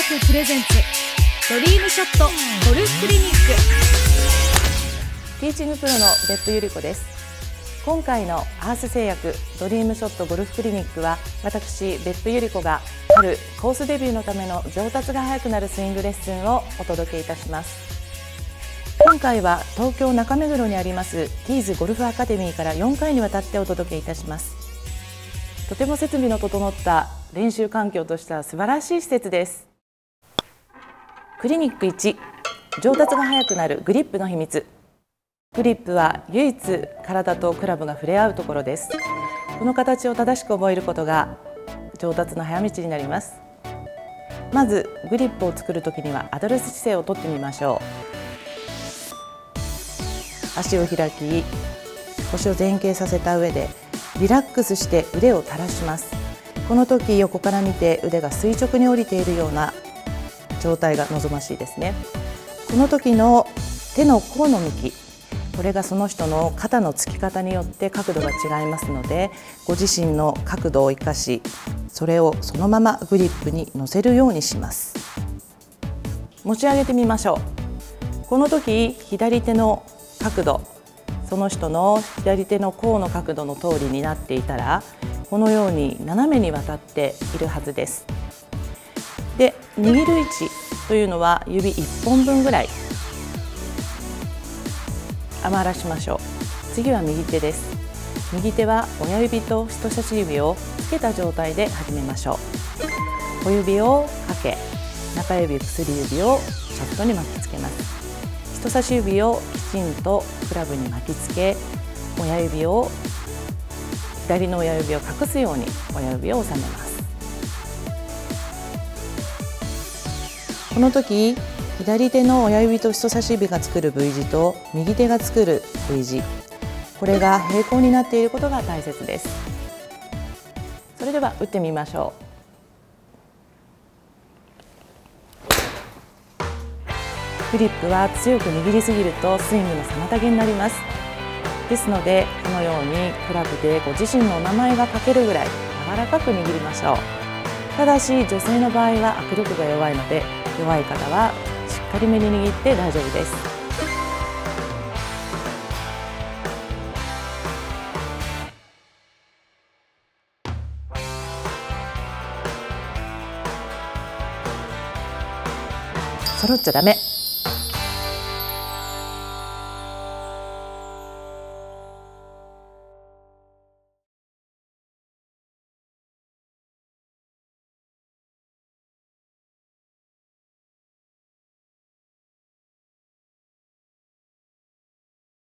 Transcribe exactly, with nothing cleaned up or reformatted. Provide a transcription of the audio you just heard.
薬プレゼンツドリームショットゴルフクリニック。 ティーチングプロの別府由里子です。今回のアース製薬ドリームショットゴルフクリニックは、私別府由里子が春コースデビューのための上達が早くなるスイングレッスンをお届けいたします。今回は東京中目黒にありますティーズゴルフアカデミーからよんかいにわたってお届けいたします。とても設備の整った練習環境としては素晴らしい施設です。クリニックいち、上達が早くなるグリップの秘密。グリップは唯一体とクラブが触れ合うところです。この形を正しく覚えることが上達の早道になります。まずグリップを作るときにはアドレス姿勢をとってみましょう。足を開き、腰を前傾させた上でリラックスして腕を垂らします。この時横から見て腕が垂直に降りているような状態が望ましいですね。この時の手の甲の向き、これがその人の肩のつき方によって角度が違いますので、ご自身の角度を生かし、それをそのままグリップに乗せるようにします。持ち上げてみましょう。この時左手の角度、その人の左手の甲の角度の通りになっていたら、このように斜めにわたっているはずです。で、握る位置というのは指いっぽんぶんぐらい余らしましょう。次は右手です。右手は親指と人差し指をつけた状態で始めましょう。小指をかけ、中指、薬指をシャフトに巻きつけます。人差し指をきちんとクラブに巻きつけ、親指を左の親指を隠すように親指を収めます。この時左手の親指と人差し指が作る V 字と右手が作る V 字、これが平行になっていることが大切です。それでは打ってみましょう。グリップは強く握りすぎるとスイングの妨げになります。ですので、このようにクラブでご自身のお名前が書けるぐらい柔らかく握りましょう。ただし女性の場合は握力が弱いので、弱い方はしっかりめに握って大丈夫です。揃っちゃダメ。